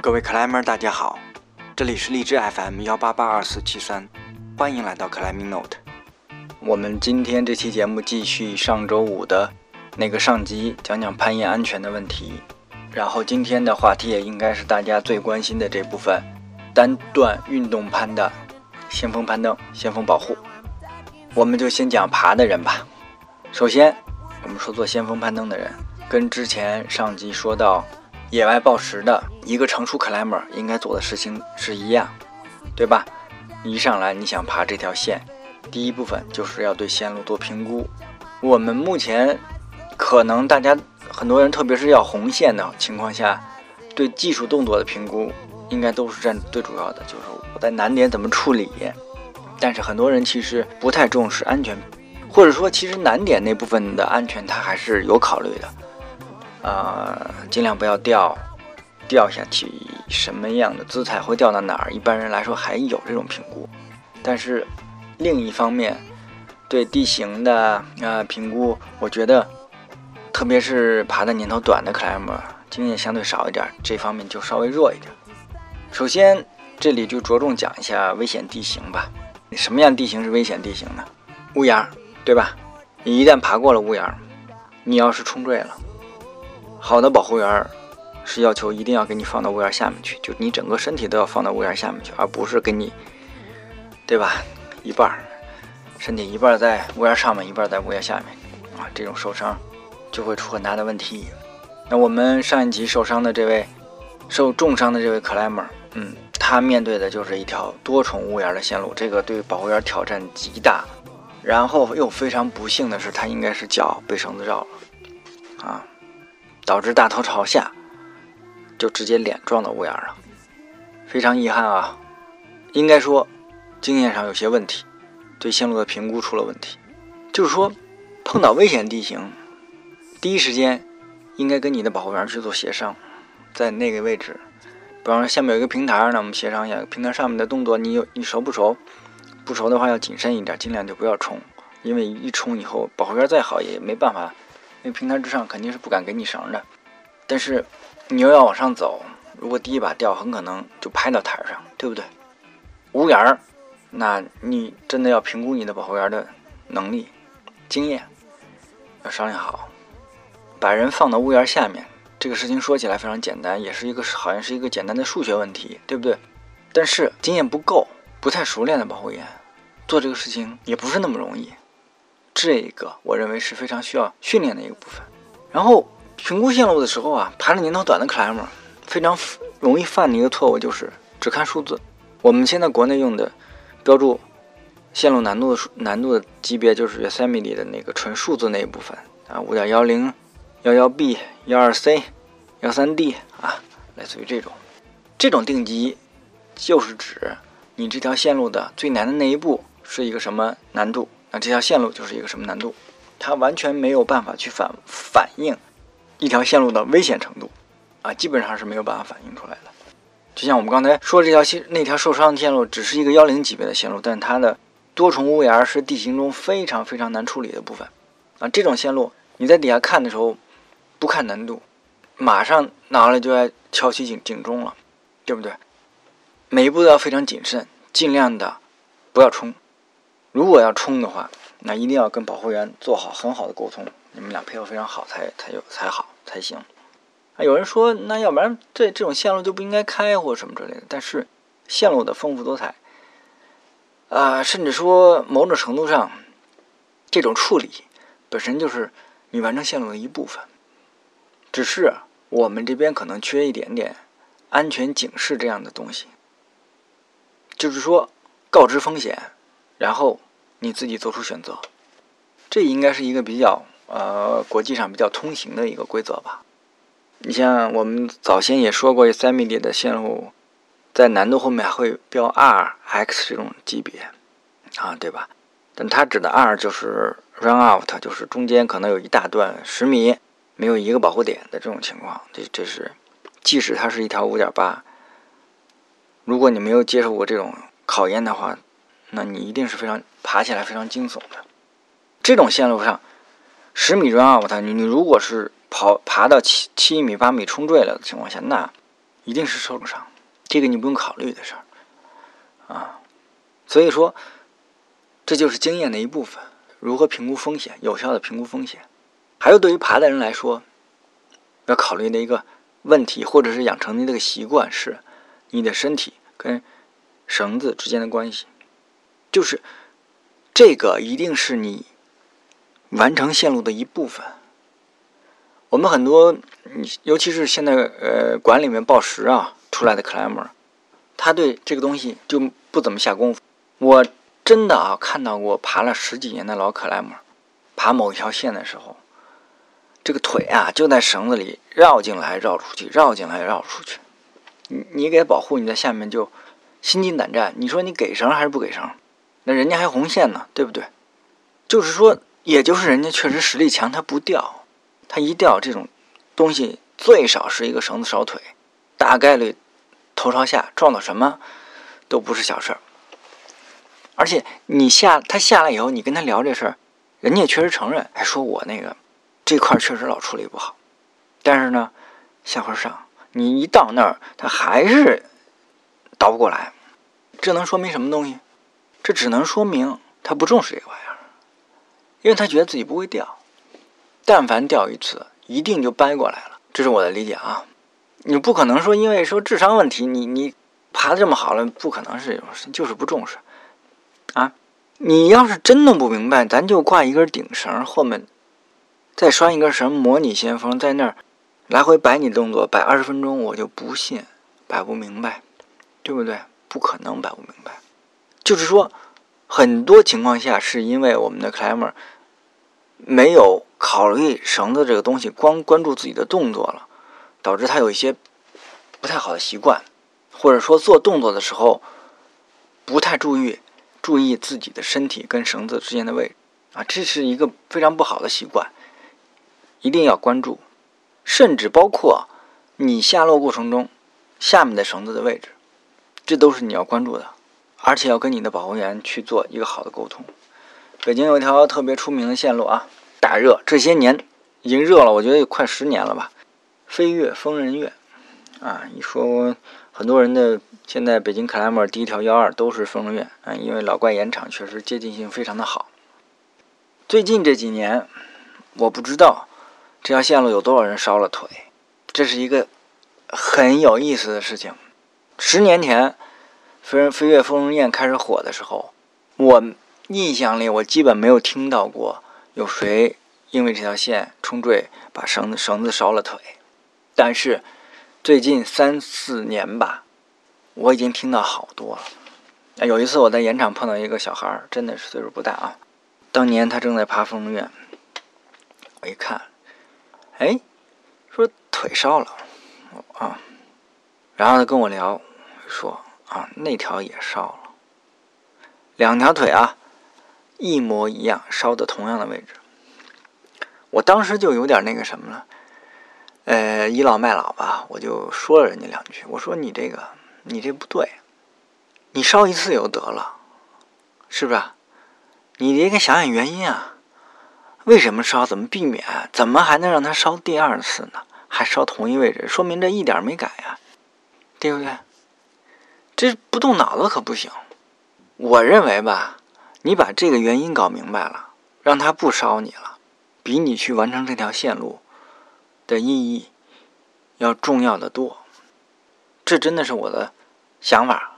各位 Climber 大家好，这里是荔枝 FM 1882473，欢迎来到 Climbing Note。我们今天这期节目继续上周五的那个上集，讲讲攀岩安全的问题。然后今天的话题也应该是大家最关心的这部分，单段运动攀的先锋攀登、先锋保护。我们就先讲爬的人吧。首先我们说做先锋攀登的人，跟之前上集说到野外抱石的一个成熟 climber 应该做的事情是一样，对吧？一上来你想爬这条线，第一部分就是要对线路做评估。我们目前可能大家很多人，特别是要红线的情况下，对技术动作的评估应该都是占最主要的，就是我在难点怎么处理。但是很多人其实不太重视安全，或者说其实难点那部分的安全他还是有考虑的。尽量不要掉下去，什么样的姿态会掉到哪儿，一般人来说还有这种评估。但是另一方面，对地形的评估，我觉得特别是爬的年头短的 climber 经验相对少一点，这方面就稍微弱一点。首先这里就着重讲一下危险地形吧。什么样地形是危险地形呢？屋檐，对吧？你一旦爬过了屋檐，你要是冲坠了，好的保护员是要求一定要给你放到屋檐下面去，就你整个身体都要放到屋檐下面去，而不是给你，对吧？一半身体一半在屋檐上面，一半在屋檐下面这种受伤就会出很大的问题。那我们上一集受重伤的这位 climber，他面对的就是一条多重屋檐的线路，这个对保护员挑战极大。然后又非常不幸的是，他应该是脚被绳子绕了导致大头朝下，就直接脸撞到屋檐了，非常遗憾应该说经验上有些问题，对线路的评估出了问题。就是说碰到危险地形，第一时间应该跟你的保护员去做协商，在那个位置，比方说下面有一个平台，那我们协商一下平台上面的动作，你熟不熟？不熟的话要谨慎一点，尽量就不要冲，因为一冲以后保护员再好也没办法，因为平台之上肯定是不敢给你绳的。但是你又要往上走，如果第一把掉，很可能就拍到台上，对不对？屋檐，那你真的要评估你的保护员的能力、经验，要商量好。把人放到屋檐下面，这个事情说起来非常简单，也是好像是一个简单的数学问题，对不对？但是经验不够、不太熟练的保护员做这个事情也不是那么容易，这个我认为是非常需要训练的一个部分。然后评估线路的时候爬的年头短的 climber 非常容易犯的一个错误就是只看数字。我们现在国内用的标注线路难度的级别就是 Yosemite 的那个纯数字那一部分5.10、11B、12C、13D 类似于这种定级，就是指你这条线路的最难的那一步是一个什么难度，那这条线路就是一个什么难度，它完全没有办法去反映一条线路的危险程度基本上是没有办法反映出来的。就像我们刚才说那条受伤的线路只是一个10级别的线路，但它的多重屋檐是地形中非常非常难处理的部分这种线路你在底下看的时候不看难度，马上脑袋就要敲起警钟了，对不对？每一步都要非常谨慎，尽量的不要冲。如果要冲的话，那一定要跟保护员做好很好的沟通，你们俩配合非常好才行。有人说那要不然这种线路就不应该开或什么之类的，但是线路的丰富多彩甚至说某种程度上这种处理本身就是你完成线路的一部分，只是我们这边可能缺一点点安全警示这样的东西，就是说告知风险，然后你自己做出选择，这应该是一个比较国际上比较通行的一个规则吧。你像我们早先也说过 Yosemite 的线路在难度后面还会标 RX 这种级别对吧？但它指的 R 就是 run out， 就是中间可能有一大段10米没有一个保护点的这种情况，这是即使它是一条 5.8， 如果你没有接受过这种考验的话，那你一定是爬起来非常惊悚的。这种线路上10米 run out， 你如果是爬到7米8米冲坠了的情况下，那一定是受了伤，这个你不用考虑的事儿啊。所以说，这就是经验的一部分，如何评估风险，有效的评估风险。还有对于爬的人来说，要考虑的一个问题，或者是养成的这个习惯是，你的身体跟绳子之间的关系，就是这个一定是你完成线路的一部分。我们很多，尤其是现在馆里面报时啊出来的 climber， 他对这个东西就不怎么下功夫。我真的看到过爬了10几年的老 climber， 爬某一条线的时候，这个腿就在绳子里绕进来绕出去，绕进来绕出去。你给保护，你在下面就心惊胆战。你说你给绳还是不给绳？那人家还红线呢，对不对？就是说，也就是人家确实实力强，他不掉。它一掉，这种东西最少是一个绳子少腿，大概率头朝下撞到什么都不是小事儿。而且他下来以后，你跟他聊这事儿，人家也确实承认，说我那个这块确实老处理不好。但是呢，下回上你一到那儿，他还是倒不过来。这能说明什么东西？这只能说明他不重视这个玩意儿，因为他觉得自己不会掉。但凡掉一次，一定就掰过来了，这是我的理解啊。你不可能说因为说智商问题，你爬得这么好了，不可能是这种事，就是不重视啊。你要是真弄不明白，咱就挂一根顶绳，后面再拴一根绳，模拟先锋，在那儿来回摆你动作，摆20分钟，我就不信摆不明白，对不对？不可能摆不明白。就是说，很多情况下是因为我们的 climber 没有考虑绳子这个东西，光关注自己的动作了，导致他有一些不太好的习惯，或者说做动作的时候不太注意自己的身体跟绳子之间的位置这是一个非常不好的习惯，一定要关注，甚至包括你下落过程中下面的绳子的位置，这都是你要关注的，而且要跟你的保护员去做一个好的沟通。北京有一条特别出名的线路大热，这些年已经热了，我觉得有快10年了吧。飞跃疯人院一说很多人的现在北京 climber 第一条1.2都是疯人院因为老怪岩场确实接近性非常的好。最近这几年，我不知道这条线路有多少人烧了腿，这是一个很有意思的事情。10年前飞跃疯人院开始火的时候，我印象里我基本没有听到过有谁因为这条线冲坠把绳子烧了腿。但是最近3、4年吧，我已经听到好多了。有一次我在岩场碰到一个小孩，真的是岁数不大当年他正在爬疯人院，我一看说腿烧了然后他跟我聊说那条也烧了，2条腿一模一样，烧的同样的位置。我当时就有点那个什么了，倚老卖老吧，我就说了人家2句，我说你这不对，你烧一次就得了，是不是？你得想想原因为什么烧，怎么避免，怎么还能让它烧第2次呢？还烧同一位置，说明这一点没改对不对？这不动脑子可不行。我认为吧，你把这个原因搞明白了，让它不烧你了，比你去完成这条线路的意义要重要的多。这真的是我的想法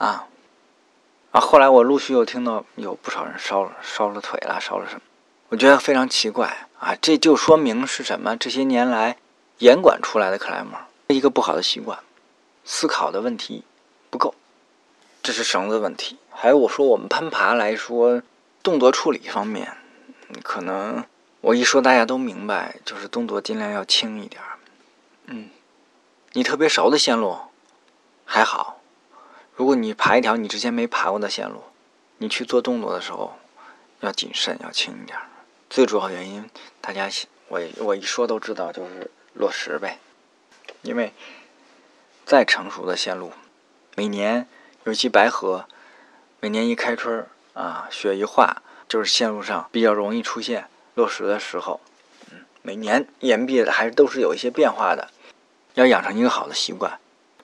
后来我陆续又听到有不少人烧了腿了，烧了什么，我觉得非常奇怪这就说明是什么？这些年来严管出来的克莱默一个不好的习惯，思考的问题不够，这是绳子问题。还有我说我们攀爬来说，动作处理方面，可能我一说大家都明白，就是动作尽量要轻一点。你特别熟的线路还好，如果你爬一条你之前没爬过的线路，你去做动作的时候要谨慎，要轻一点。最主要原因大家我一说都知道，就是落石呗。因为再成熟的线路，每年尤其白河，每年一开春雪一化，就是线路上比较容易出现落石的时候。每年岩壁还是都是有一些变化的，要养成一个好的习惯，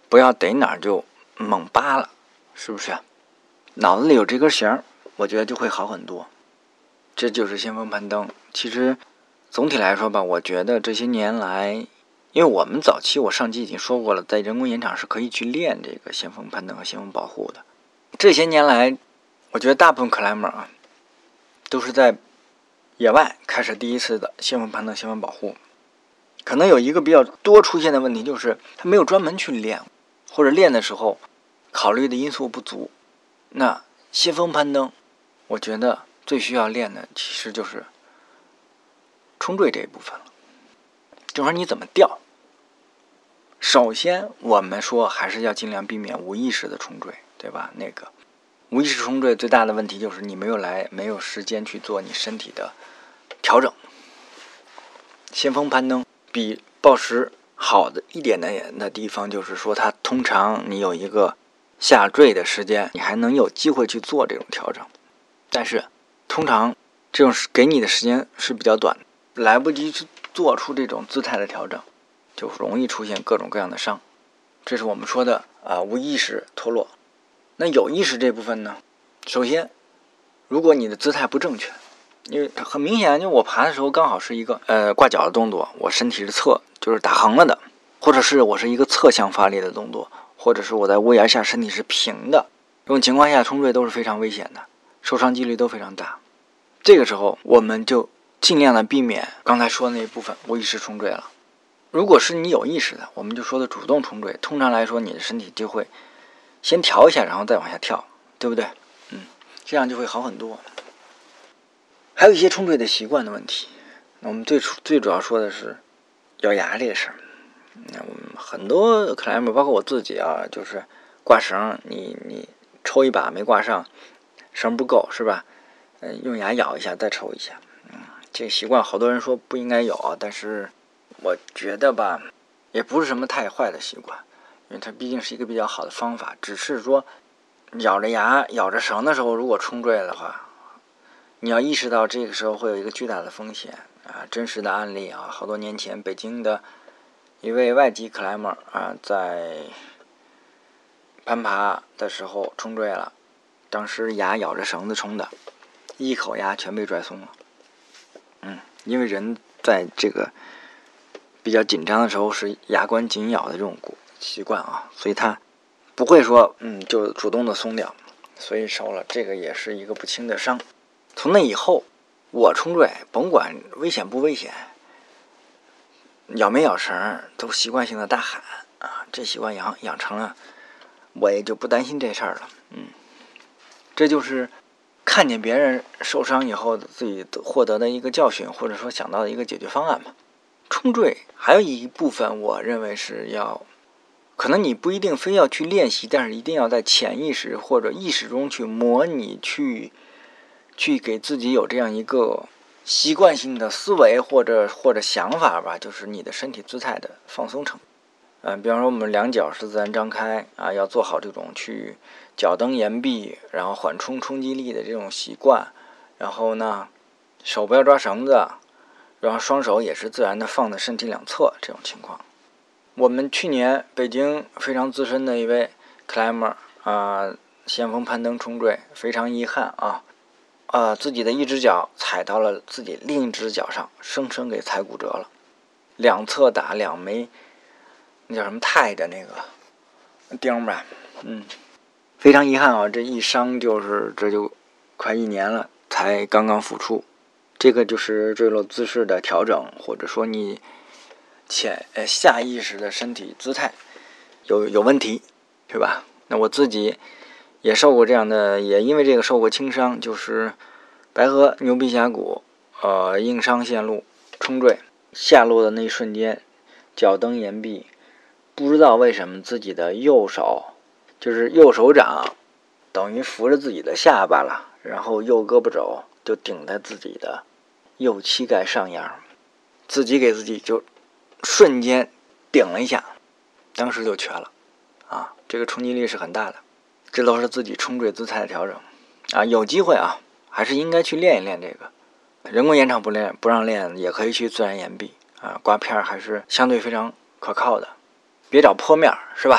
不要逮哪儿就猛扒了，是不是？脑子里有这根弦，我觉得就会好很多。这就是先锋攀登。其实总体来说吧，我觉得这些年来，因为我们早期我上期已经说过了，在人工岩场是可以去练这个先锋攀登和先锋保护的。这些年来，我觉得大部分 climber 啊，都是在野外开始第一次的先锋攀登、先锋保护。可能有一个比较多出现的问题，就是他没有专门去练，或者练的时候考虑的因素不足。那先锋攀登，我觉得最需要练的其实就是冲坠这一部分了，就是说你怎么掉。首先我们说还是要尽量避免无意识的冲坠，对吧？那个无意识冲坠最大的问题就是你没有时间去做你身体的调整。先锋攀登比抱石好的一点的地方就是说，它通常你有一个下坠的时间，你还能有机会去做这种调整。但是通常这种给你的时间是比较短，来不及去做出这种姿态的调整，就容易出现各种各样的伤。这是我们说的无意识脱落。那有意识这部分呢，首先如果你的姿态不正确，因为很明显，就我爬的时候刚好是一个挂脚的动作，我身体是就是打横了的，或者是我是一个侧向发力的动作，或者是我在屋檐下身体是平的，这种情况下冲坠都是非常危险的，受伤几率都非常大。这个时候我们就尽量的避免刚才说的那一部分无意识冲坠了。如果是你有意识的，我们就说的主动冲坠，通常来说你的身体就会先调一下，然后再往下跳，对不对？这样就会好很多。还有一些冲坠的习惯的问题，我们最主要说的是咬牙这个事儿。很多climber包括我自己啊，就是挂绳，你抽一把没挂上，绳不够是吧？用牙咬一下再抽一下。这个习惯好多人说不应该有啊，但是我觉得吧，也不是什么太坏的习惯，因为它毕竟是一个比较好的方法。只是说咬着牙咬着绳的时候，如果冲坠的话，你要意识到这个时候会有一个巨大的风险啊！真实的案例啊，好多年前北京的一位外籍 climber 啊，在攀爬的时候冲坠了，当时牙咬着绳子冲的，一口牙全被拽松了。因为人在这个比较紧张的时候是牙关紧咬的这种习惯啊，所以他不会说就主动的松掉，所以受了这个也是一个不轻的伤。从那以后，我冲坠甭管危险不危险，咬没咬绳都习惯性的大喊啊，这习惯养成了，我也就不担心这事儿了。这就是看见别人受伤以后自己获得的一个教训，或者说想到的一个解决方案嘛。冲坠还有一部分我认为是可能你不一定非要去练习，但是一定要在潜意识或者意识中去模拟，去给自己有这样一个习惯性的思维或者想法吧，就是你的身体姿态的放松程度。比方说我们两脚是自然张开啊，要做好这种去脚蹬岩壁，然后缓冲冲击力的这种习惯。然后呢，手不要抓绳子，然后双手也是自然的放在身体两侧，这种情况。我们去年北京非常资深的一位 climber 先锋攀登冲坠，非常遗憾自己的一只脚踩到了自己另一只脚上，生生给踩骨折了，两侧打2枚那叫什么钛的那个钉吧。非常遗憾这一伤这就快1年了才刚刚复出。这个就是坠落姿势的调整，或者说你下意识的身体姿态有问题，是吧？那我自己也受过这样的，也因为这个受过轻伤，就是白河牛鼻峡谷硬伤线路冲坠，下落的那一瞬间脚蹬岩壁，不知道为什么自己的右手就是右手掌等于扶着自己的下巴了，然后右胳膊肘就顶在自己的右膝盖上沿，自己给自己就瞬间顶了一下，当时就瘸了这个冲击力是很大的。这都是自己冲坠姿态的调整有机会还是应该去练一练这个。人工岩场不让练，也可以去自然岩壁刮片还是相对非常可靠的。别找坡面是吧？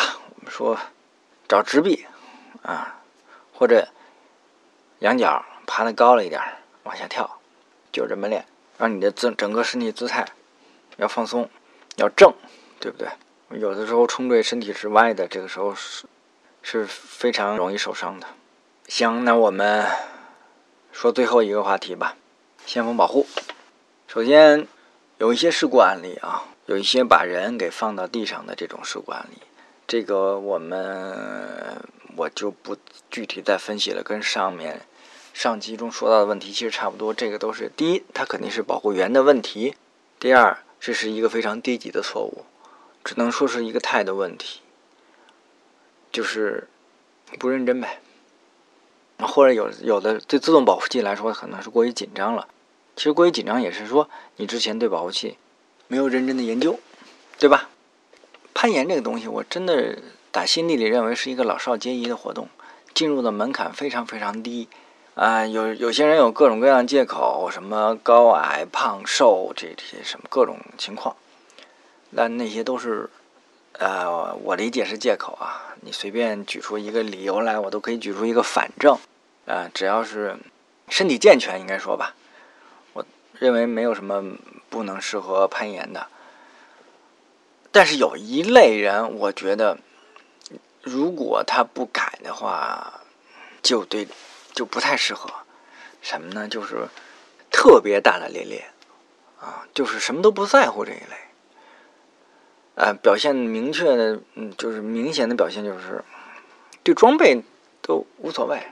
说找直臂啊，或者仰角爬得高了一点往下跳，就这么练，让你的整个身体姿态要放松，要正，对不对？有的时候冲坠身体是歪的，这个时候是非常容易受伤的。行，那我们说最后一个话题吧，先锋保护。首先有一些事故案例啊，有一些把人给放到地上的这种事故案例，这个我就不具体再分析了，跟上集中说到的问题其实差不多。这个都是第一，它肯定是保护员的问题；第二，这是一个非常低级的错误，只能说是一个态度问题，就是不认真呗。或者有的对自动保护器来说可能是过于紧张了，其实过于紧张也是说你之前对保护器没有认真的研究，对吧？攀岩这个东西我真的打心底里认为是一个老少皆宜的活动，进入的门槛非常非常低有些人有各种各样的借口，什么高矮胖瘦这些什么各种情况，但那些都是我理解是借口啊，你随便举出一个理由来，我都可以举出一个反证只要是身体健全，应该说吧，我认为没有什么不能适合攀岩的。但是有一类人，我觉得如果他不改的话，就不太适合。什么呢？就是特别大大咧咧就是什么都不在乎这一类。表现明确的，就是明显的表现就是对装备都无所谓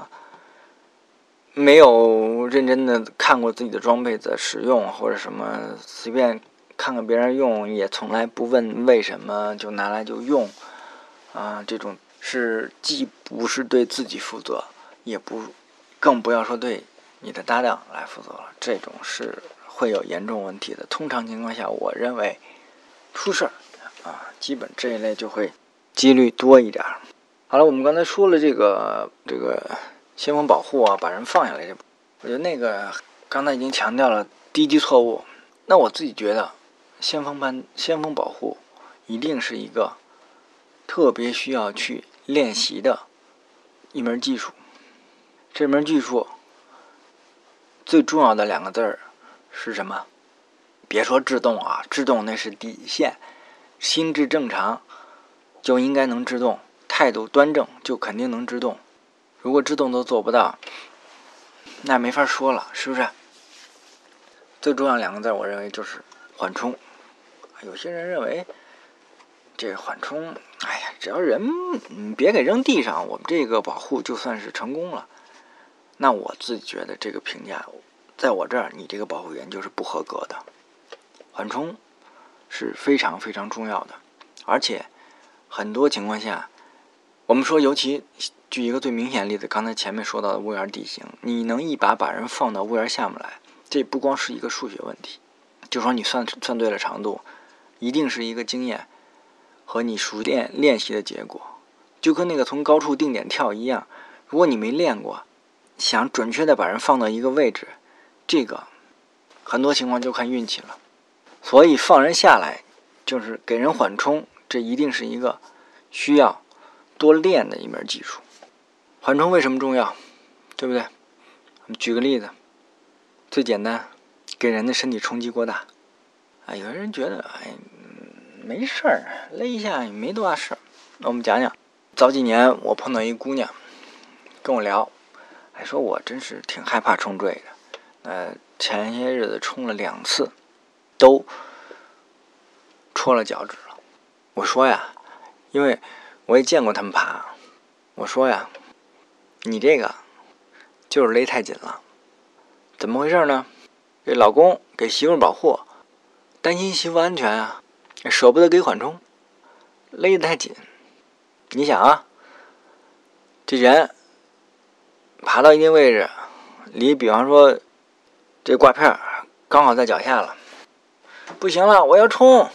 没有认真的看过自己的装备的使用，或者什么随便看看别人用，也从来不问为什么就拿来就用这种是既不是对自己负责，更不要说对你的搭档来负责了，这种是会有严重问题的。通常情况下，我认为出事儿基本这一类就会几率多一点。好了，我们刚才说了这个先锋保护把人放下来我觉得那个刚才已经强调了低级错误。那我自己觉得先锋保护一定是一个特别需要去练习的一门技术。这门技术最重要的2个字是什么？别说制动制动那是底线，心智正常就应该能制动，态度端正就肯定能制动。如果制动都做不到，那没法说了，是不是？最重要2个字我认为就是缓冲。有些人认为这缓冲只要人别给扔地上，我们这个保护就算是成功了。那我自己觉得这个评价在我这儿，你这个保护员就是不合格的。缓冲是非常非常重要的，而且很多情况下，我们说尤其举一个最明显的例子，刚才前面说到的屋檐地形，你能一把人放到屋檐下面来，这不光是一个数学问题，就说你算对了长度，一定是一个经验和你熟练习的结果。就跟那个从高处定点跳一样，如果你没练过，想准确的把人放到一个位置，这个很多情况就看运气了。所以放人下来就是给人缓冲，这一定是一个需要多练的一门技术。缓冲为什么重要？对不对？我们举个例子，最简单，给人的身体冲击过大有人觉得没事儿，勒一下也没多大事儿。那我们讲讲，早几年我碰到一姑娘跟我聊，还说我真是挺害怕冲坠的。前些日子冲了2次，都戳了脚趾了。我说呀，因为我也见过他们爬，我说呀，你这个就是勒太紧了。怎么回事呢？这老公给媳妇保护，担心媳妇安全舍不得给缓冲，勒得太紧。你想这人爬到一定位置，离比方说这挂片刚好在脚下了，不行了，我要冲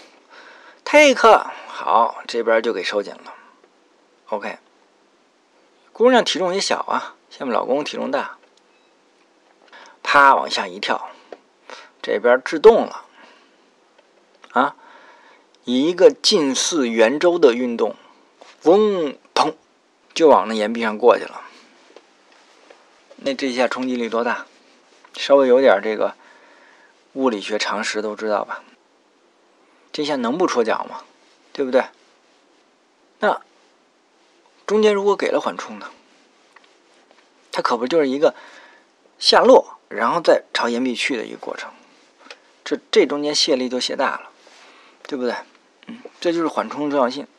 take， 好，这边就给收紧了。 OK， 姑娘体重也小下面老公体重大，啪往下一跳，这边制动了以一个近似圆周的运动嗡砰就往那岩壁上过去了。那这下冲击力多大？稍微有点这个物理学常识都知道吧？这下能不戳脚吗？对不对？那中间如果给了缓冲呢？它可不就是一个下落，然后再朝岩壁去的一个过程。这中间泄力就泄大了，对不对？这就是缓冲的重要性。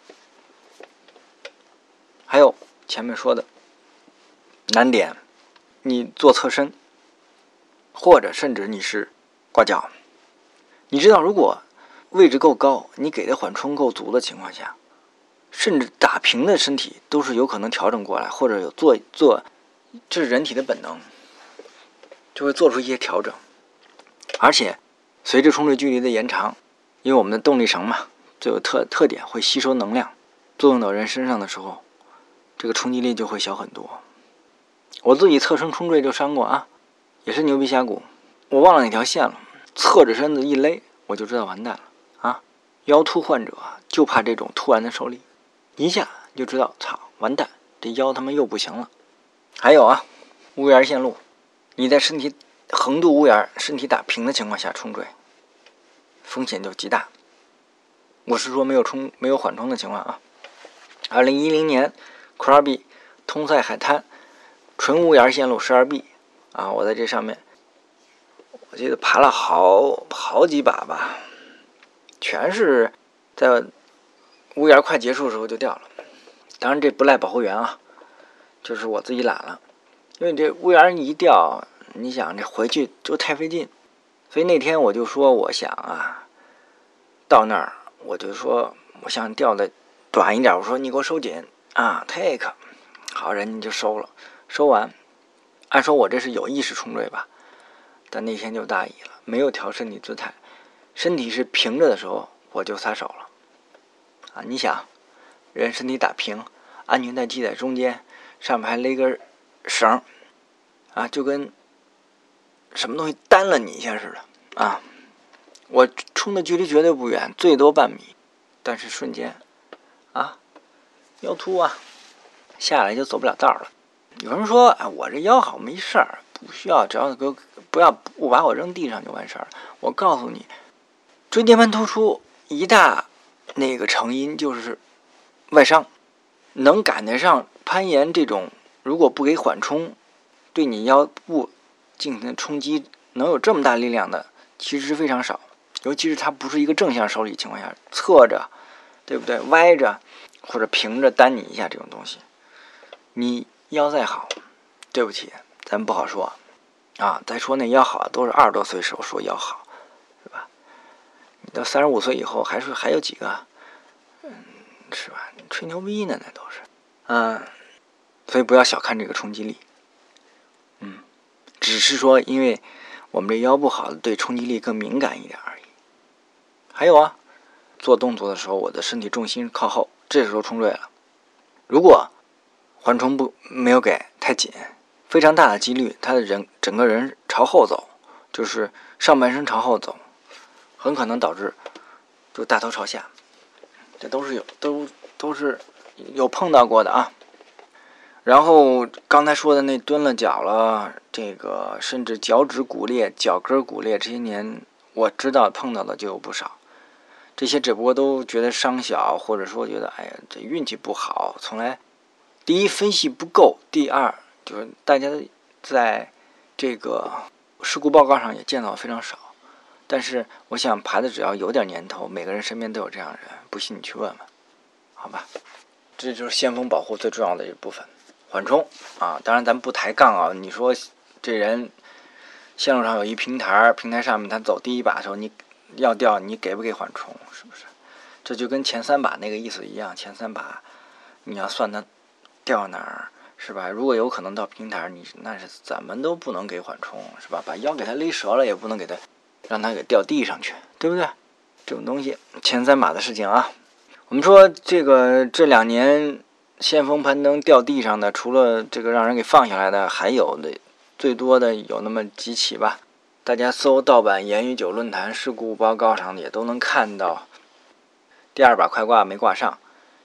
还有前面说的难点，你做侧身，或者甚至你是挂脚，你知道如果位置够高，你给的缓冲够足的情况下，甚至打平的身体都是有可能调整过来，或者有做，这是人体的本能，就会做出一些调整。而且随着冲坠距离的延长，因为我们的动力绳嘛，就有特点会吸收能量，作用到人身上的时候，这个冲击力就会小很多。我自己侧身冲坠就伤过啊，也是牛鼻峡谷，我忘了哪条线了，侧着身子一勒，我就知道完蛋了啊！腰突患者就怕这种突然的受力，一下就知道操完蛋，这腰他妈又不行了。还有啊，屋檐线路，你在身体横渡屋檐，身体打平的情况下冲坠，风险就极大。我是说没有缓冲的情况啊。2010年 Krabi 通塞海滩纯屋檐线路 12B 啊，我在这上面我记得爬了好几把吧，全是在屋檐快结束的时候就掉了。当然这不赖保护员啊，就是我自己懒了，因为这屋檐一掉，你想这回去就太费劲。所以那天我就说我想啊，到那儿我就说我想掉的短一点，我说你给我收紧啊 take， 好，人家就收了。收完，按说我这是有意识冲坠吧，但那天就大意了，没有调身体姿态，身体是平着的时候我就撒手了啊！你想，人身体打平，安全带系在中间，上面还勒根绳啊，就跟什么东西单了你一下似的啊！我冲的距离绝对不远，最多半米，但是瞬间啊，腰突啊，下来就走不了道了。有人说啊，我这腰好没事儿，不需要，只要不把我扔地上就完事儿了。我告诉你，椎间盘突出一大那个成因就是外伤，能赶得上攀岩这种，如果不给缓冲，对你腰部进行冲击，能有这么大力量的，其实是非常少。尤其是它不是一个正向受力情况下，侧着，对不对？歪着或者平着单你一下这种东西，你腰再好，对不起，咱不好说啊。再说那腰好都是20多岁时候说腰好，是吧？你到35岁以后还有几个，是吧？吹牛逼呢，那都是，所以不要小看这个冲击力，只是说因为我们这腰不好，对冲击力更敏感一点而已。还有啊，做动作的时候，我的身体重心靠后，这时候冲坠了。如果缓冲没有给太紧，非常大的几率，他的整个人朝后走，就是上半身朝后走，很可能导致就大头朝下。这都是有碰到过的啊。然后刚才说的那蹲了脚了，这个甚至脚趾骨裂、脚跟骨裂，这些年我知道碰到的就有不少。这些只不过都觉得伤小，或者说觉得哎呀这运气不好，从来第一分析不够，第二就是大家在这个事故报告上也见到非常少。但是我想爬的只要有点年头，每个人身边都有这样的人，不信你去问问，好吧？这就是先锋保护最重要的一部分，缓冲啊。当然咱不抬杠啊，你说这人线路上有一平台，平台上面他走第一把的时候，你要掉，你给不给缓冲？是不是？这就跟前3把那个意思一样，前3把你要算它掉哪儿，是吧？如果有可能到平台，你那是怎么都不能给缓冲，是吧？把腰给它勒折了，也不能给它让它给掉地上去，对不对？这种东西前3把的事情啊。我们说这2年先锋攀登掉地上的，除了这个让人给放下来的，还有的最多的有那么几起吧。大家搜盗版言语9论坛事故报告上也都能看到，第2把快挂没挂上，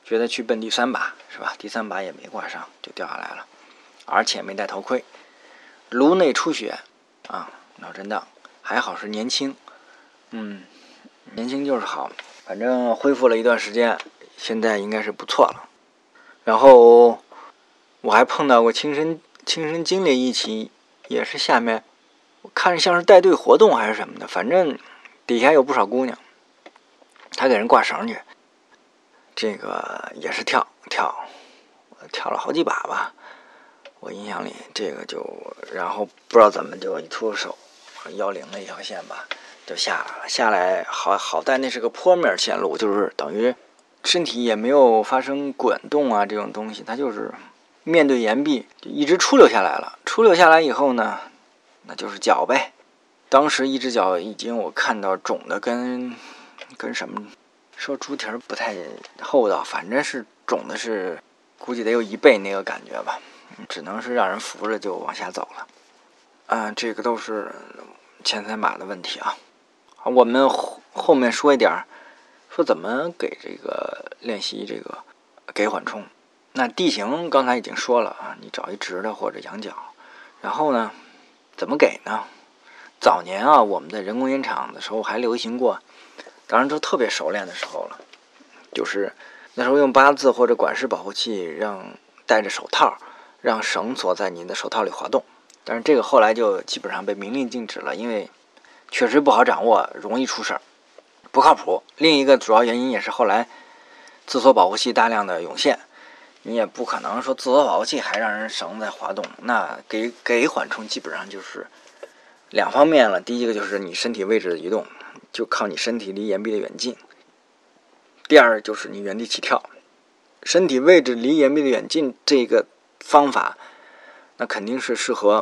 觉得去奔第3把是吧？第3把也没挂上就掉下来了，而且没戴头盔，颅内出血啊，脑震荡，还好是年轻，年轻就是好，反正恢复了一段时间，现在应该是不错了。然后我还碰到过亲身经历一起，也是下面我看着像是带队活动还是什么的，反正底下有不少姑娘，她给人挂绳去，这个也是跳了好几把吧，我印象里这个就，然后不知道怎么就一脱手110的一条线吧，就下来了。下来好在那是个坡面线路，就是等于身体也没有发生滚动啊这种东西，它就是面对岩壁就一直出溜下来了。出溜下来以后呢，那就是脚呗。当时一只脚已经我看到肿的跟什么，说猪蹄不太厚道，反正是肿的是估计得有1倍那个感觉吧，只能是让人扶着就往下走了。这个都是前3把的问题啊。好，我们后面说一点，说怎么给这个练习这个给缓冲。那地形刚才已经说了啊，你找一直的或者仰角，然后呢，怎么给呢？早年啊，我们在人工岩场的时候还流行过，当然都特别熟练的时候了，就是那时候用8字或者管式保护器，让戴着手套，让绳索在你的手套里滑动。但是这个后来就基本上被明令禁止了，因为确实不好掌握，容易出事儿，不靠谱。另一个主要原因也是后来自锁保护器大量的涌现，你也不可能说自锁保护器还让人绳在滑动，那给缓冲基本上就是2方面了。第一个就是你身体位置的移动，就靠你身体离岩壁的远近；第二就是你原地起跳。身体位置离岩壁的远近这个方法，那肯定是适合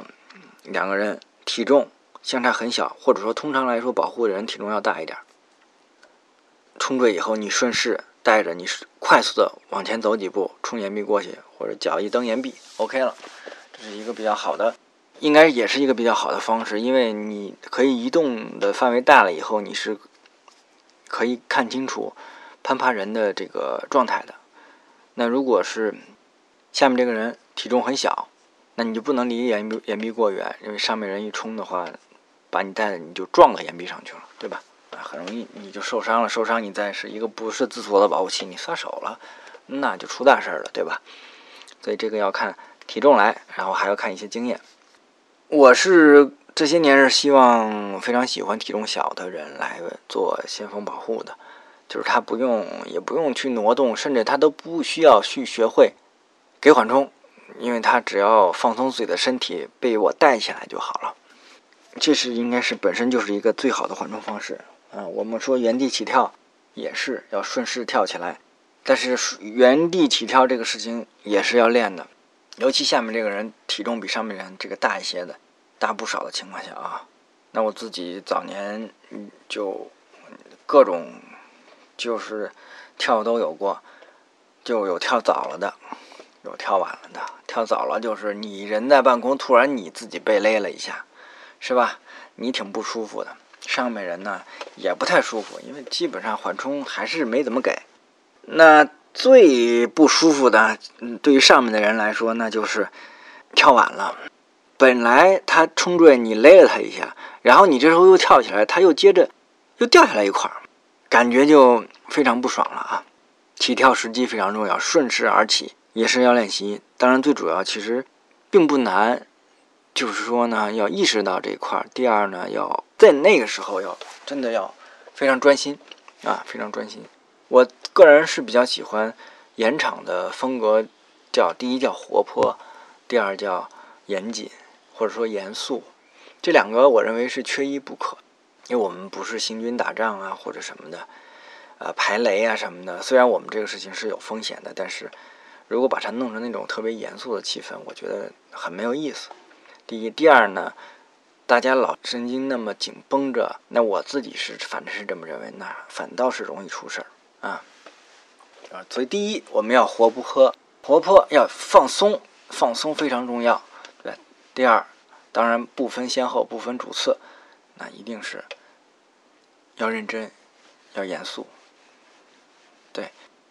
2个人体重相差很小，或者说通常来说保护的人体重要大一点，冲坠以后你顺势带着你快速的往前走几步，冲岩壁过去，或者脚一蹬岩壁 OK 了。这是一个比较好的，应该也是一个比较好的方式，因为你可以移动的范围大了以后，你是可以看清楚攀爬人的这个状态的。那如果是下面这个人体重很小，那你就不能离岩壁过远，因为上面人一冲的话，把你带的你就撞到岩壁上去了，对吧？很容易你就受伤了，受伤你再是一个不是自锁的保护器，你撒手了，那就出大事了，对吧？所以这个要看体重来，然后还要看一些经验。我是这些年是希望非常喜欢体重小的人来做先锋保护的，就是他也不用去挪动，甚至他都不需要去学会给缓冲，因为他只要放松自己的身体，被我带起来就好了。这是应该是本身就是一个最好的缓冲方式。我们说原地起跳也是要顺势跳起来，但是原地起跳这个事情也是要练的，尤其下面这个人体重比上面人这个大一些的，大不少的情况下啊。那我自己早年就各种就是跳都有过，就有跳早了的，有跳晚了的。跳早了就是你人在半空，突然你自己被勒了一下，是吧？你挺不舒服的，上面人呢也不太舒服，因为基本上缓冲还是没怎么给。那最不舒服的，对于上面的人来说，那就是跳晚了。本来他冲坠你勒了他一下，然后你这时候又跳起来，他又接着又掉下来一块，感觉就非常不爽了啊！起跳时机非常重要，顺势而起也是要练习。当然最主要其实并不难，就是说呢要意识到这一块。第二呢，要在那个时候真的要非常专心啊，非常专心。我个人是比较喜欢岩场的风格，第一叫活泼，第二叫严谨或者说严肃，这2个我认为是缺一不可。因为我们不是行军打仗啊或者什么的，排雷啊什么的，虽然我们这个事情是有风险的，但是如果把它弄成那种特别严肃的气氛，我觉得很没有意思。第一，第二呢，大家老神经那么紧绷着，那我自己反正是这么认为，那反倒是容易出事儿啊。所以第一，我们要活泼，要放松，放松非常重要。对，第二，当然不分先后，不分主次，那一定是要认真，要严肃。对，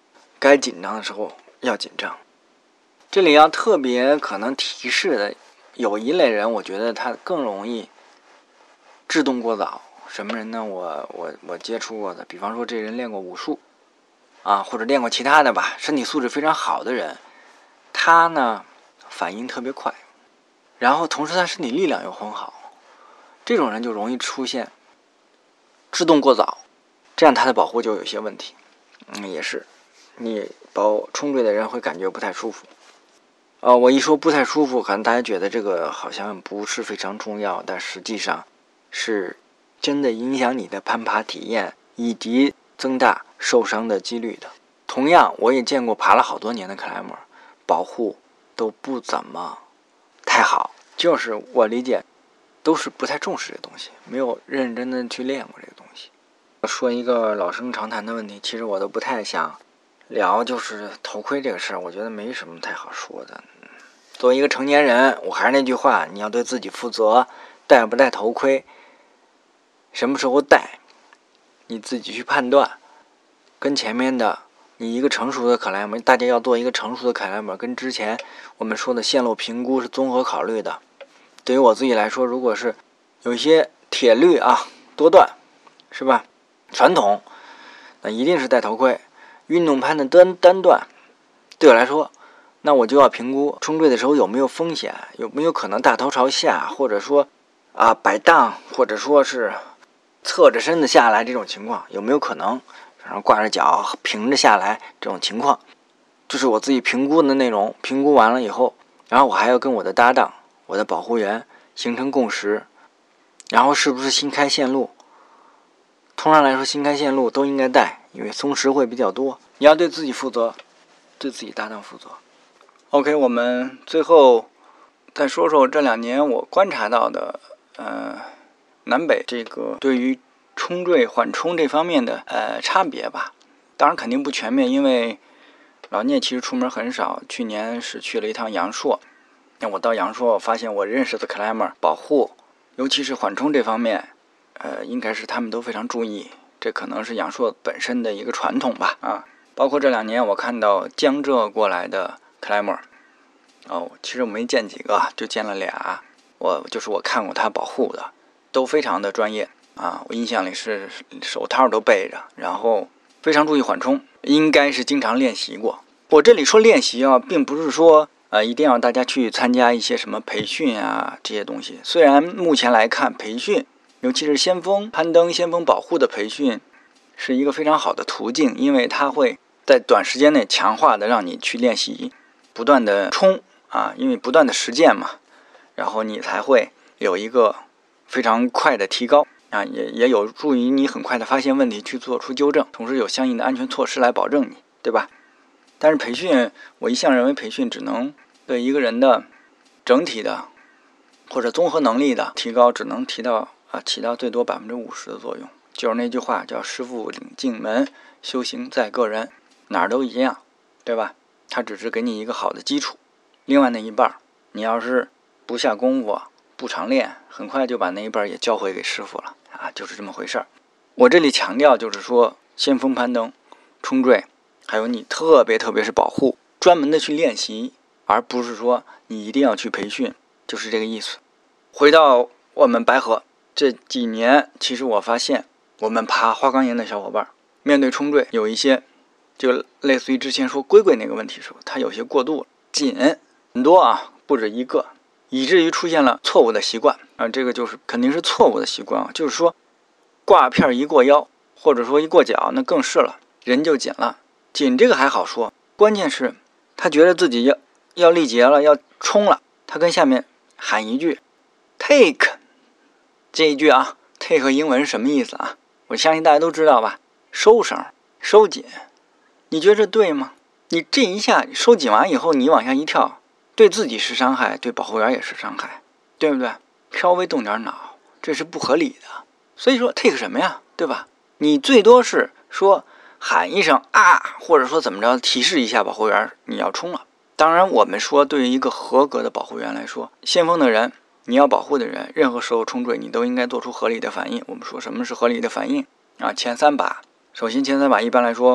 该紧张的时候要紧张。这里要特别可能提示的，有一类人，我觉得他更容易制动过早。什么人呢？我接触过的，比方说这人练过武术啊，或者练过其他的吧，身体素质非常好的人，他呢反应特别快，然后同时他身体力量又很好，这种人就容易出现制动过早，这样他的保护就有些问题。也是，你冲坠的人会感觉不太舒服。我一说不太舒服，可能大家觉得这个好像不是非常重要，但实际上是真的影响你的攀爬体验以及增大受伤的几率的。同样，我也见过爬了好多年的克莱默，保护都不怎么太好，就是我理解都是不太重视这个东西，没有认真的去练过这个东西。说一个老生常谈的问题，其实我都不太想聊，就是头盔这个事儿，我觉得没什么太好说的。作为一个成年人，我还是那句话，你要对自己负责，戴不戴头盔，什么时候戴，你自己去判断。跟前面的你一个成熟的克莱默，大家要做一个成熟的克莱默，跟之前我们说的线路评估是综合考虑的。对于我自己来说，如果是有一些铁律啊多段，是吧？传统，那一定是戴头盔。运动攀的单段，对我来说，那我就要评估冲坠的时候有没有风险，有没有可能大头朝下，或者说摆荡，或者说是侧着身子下来这种情况有没有可能，然后挂着脚平着下来这种情况，这是我自己评估的内容。评估完了以后，然后我还要跟我的搭档、我的保护员形成共识，然后是不是新开线路。通常来说，新开线路都应该带，因为松弛会比较多。你要对自己负责，对自己搭档负责。OK， 我们最后再说说这2年我观察到的，南北这个对于冲坠缓冲这方面的差别吧。当然肯定不全面，因为老聂其实出门很少。去年是去了一趟阳朔，那我到阳朔，我发现我认识的克莱默保护，尤其是缓冲这方面。应该是他们都非常注意，这可能是阳朔本身的一个传统吧。包括这2年我看到江浙过来的克莱默，其实我没见几个，就见了俩。我看过他保护的，都非常的专业啊。我印象里是手套都备着，然后非常注意缓冲，应该是经常练习过。我这里说练习并不是说一定要大家去参加一些什么培训啊这些东西。虽然目前来看培训，尤其是先锋攀登、先锋保护的培训是一个非常好的途径，因为它会在短时间内强化的让你去练习，不断的冲因为不断的实践嘛，然后你才会有一个非常快的提高也有助于你很快的发现问题，去做出纠正，同时有相应的安全措施来保证你，对吧？但是培训，我一向认为培训只能对一个人的整体的或者综合能力的提高，只能起到最多50%的作用。就是那句话叫师傅领进门，修行在个人，哪儿都一样，对吧？它只是给你一个好的基础，另外那一半你要是不下功夫不常练，很快就把那一半也交回给师傅了就是这么回事儿。我这里强调就是说，先锋攀登、冲坠，还有你特别是保护，专门的去练习，而不是说你一定要去培训，就是这个意思。回到我们白河这几年，其实我发现我们爬花岗岩的小伙伴面对冲坠有一些就类似于之前说龟龟那个问题时候，它有些过度了，紧很多不止一个，以至于出现了错误的习惯这个就是肯定是错误的习惯就是说挂片一过腰，或者说一过脚，那更是了，人就紧了。紧这个还好说，关键是他觉得自己要力竭了，要冲了，他跟下面喊一句 take， 这一句take 英文是什么意思我相信大家都知道吧，收绳收紧。你觉得这对吗？你这一下收紧完以后，你往下一跳，对自己是伤害，对保护员也是伤害，对不对？稍微动点脑，这是不合理的。所以说 take 什么呀，对吧？你最多是说喊一声或者说怎么着提示一下保护员你要冲了。当然我们说对于一个合格的保护员来说，先锋的人，你要保护的人，任何时候冲坠你都应该做出合理的反应。我们说什么是合理的反应前3把，首先前3把一般来说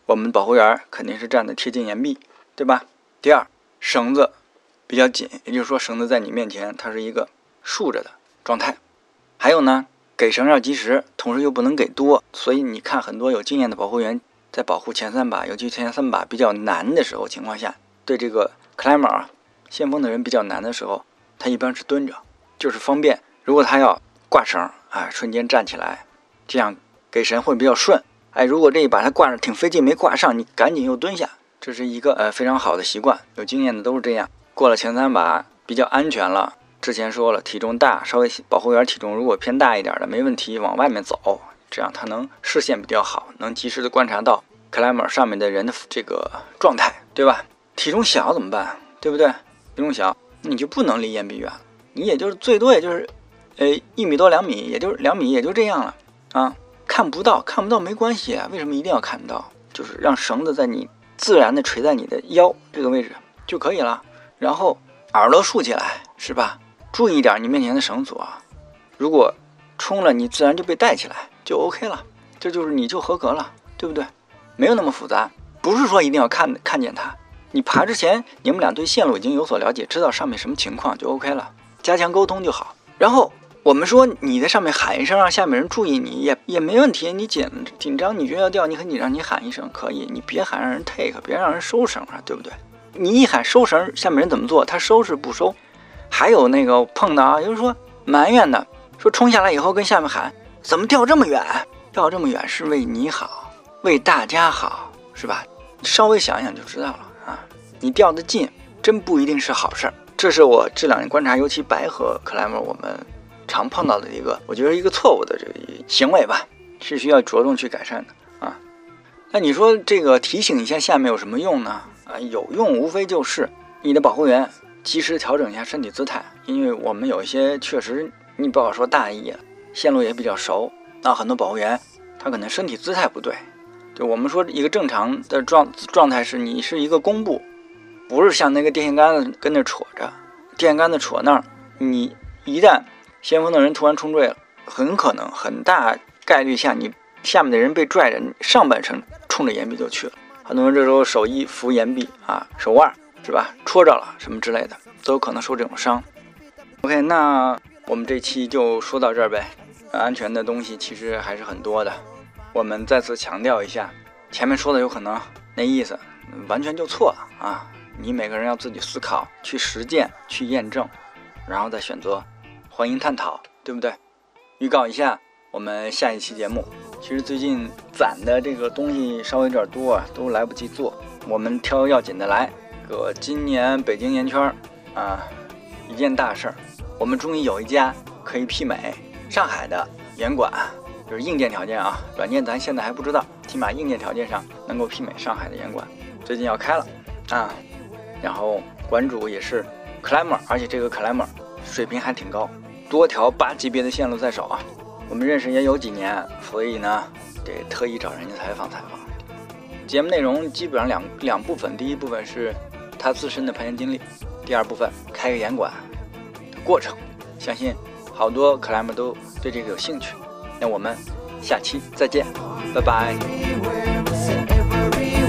我们保护员肯定是站的贴近岩壁，对吧？第二，绳子比较紧，也就是说绳子在你面前它是一个竖着的状态。还有呢，给绳要及时，同时又不能给多，所以你看很多有经验的保护员在保护前3把，尤其前3把比较难的时候情况下，对这个 climber 先锋的人比较难的时候，他一般是蹲着，就是方便如果他要挂绳瞬间站起来，这样给绳会比较顺。如果这一把他挂着挺费劲没挂上，你赶紧又蹲下，这是一个非常好的习惯，有经验的都是这样。过了前3把比较安全了，之前说了，体重大，稍微保护员体重如果偏大一点的没问题，往外面走，这样他能视线比较好，能及时的观察到 climber 上面的人的这个状态，对吧？体重小怎么办？对不对？体重小你就不能离岩壁远，你也就是最多也就是1米多2米，也就是2米也就这样了啊。看不到没关系啊，为什么一定要看到？就是让绳子在你自然的垂在你的腰这个位置就可以了，然后耳朵竖起来，是吧？注意一点你面前的绳索，如果冲了你自然就被带起来就 OK 了，这就是你就合格了，对不对？没有那么复杂，不是说一定要看见它，你爬之前你们俩对线路已经有所了解，知道上面什么情况就 OK 了，加强沟通就好。然后我们说你在上面喊一声让下面人注意你也没问题，你紧张你觉得要掉，你很紧张，你喊一声可以，你别喊让人 take， 别让人收绳啊，对不对？你一喊收绳，下面人怎么做？他收是不收？还有那个碰到就是说埋怨的，说冲下来以后跟下面喊怎么掉这么远？掉这么远是为你好，为大家好，是吧？稍微想想就知道了啊。你掉得近，真不一定是好事儿。这是我这2年观察，尤其白河克莱默我们常碰到的一个，我觉得一个错误的这个行为吧，是需要着重去改善的啊。那你说这个提醒一下下面有什么用呢？有用，无非就是你的保护员及时调整一下身体姿态，因为我们有一些确实你不好说大意，线路也比较熟，那很多保护员他可能身体姿态不对。就我们说一个正常的状态是你是一个弓步，不是像那个电线杆子跟那戳着，电线杆子戳那儿，你一旦先锋的人突然冲坠了，很可能很大概率下你下面的人被拽着，上半身冲着岩壁就去了。很多人这时候手一扶岩壁手腕是吧，戳着了什么之类的，都有可能受这种伤。OK， 那我们这期就说到这儿呗。安全的东西其实还是很多的，我们再次强调一下，前面说的有可能那意思完全就错了啊！你每个人要自己思考，去实践，去验证，然后再选择，欢迎探讨，对不对？预告一下我们下一期节目，其实最近攒的这个东西稍微有点多都来不及做，我们挑要紧的来。今年北京岩圈一件大事儿，我们终于有一家可以媲美上海的岩馆，就是硬件条件软件咱现在还不知道，起码硬件条件上能够媲美上海的岩馆，最近要开了然后馆主也是 climber， 而且这个 climber 水平还挺高，多条8级别的线路在手我们认识也有几年，所以呢得特意找人家采访。节目内容基本上两部分，第一部分是他自身的攀岩经历，第二部分开个岩馆的过程，相信好多克莱姆都对这个有兴趣。那我们下期再见，拜拜。